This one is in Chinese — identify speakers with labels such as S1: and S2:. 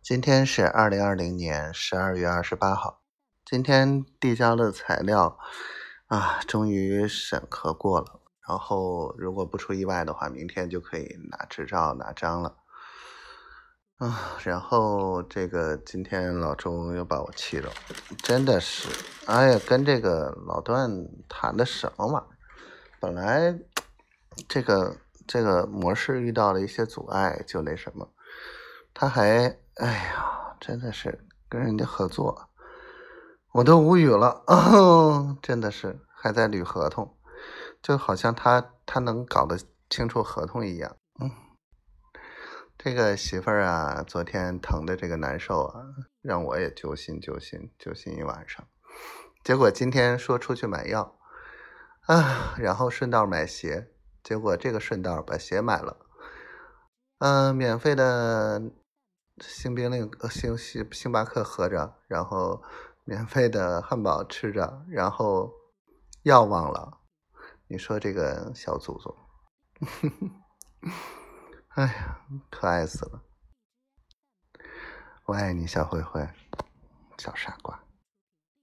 S1: 今天是2020年12月28号，今天递交的材料终于审核过了，然后如果不出意外的话，明天就可以拿执照拿章了。然后这个今天老周又把我气着，真的是，跟这个老段谈的什么玩意儿？本来这个模式遇到了一些阻碍，就那什么，他还真的是跟人家合作，我都无语了真的是还在捋合同，就好像他能搞得清楚合同一样。这个媳妇儿昨天疼的这个难受让我也揪心一晚上。结果今天说出去买药然后顺道买鞋，结果这个顺道把鞋买了，免费的星巴克喝着，然后免费的汉堡吃着，然后药忘了。你说这个小祖宗可爱死了。我爱你，小灰灰，小傻瓜。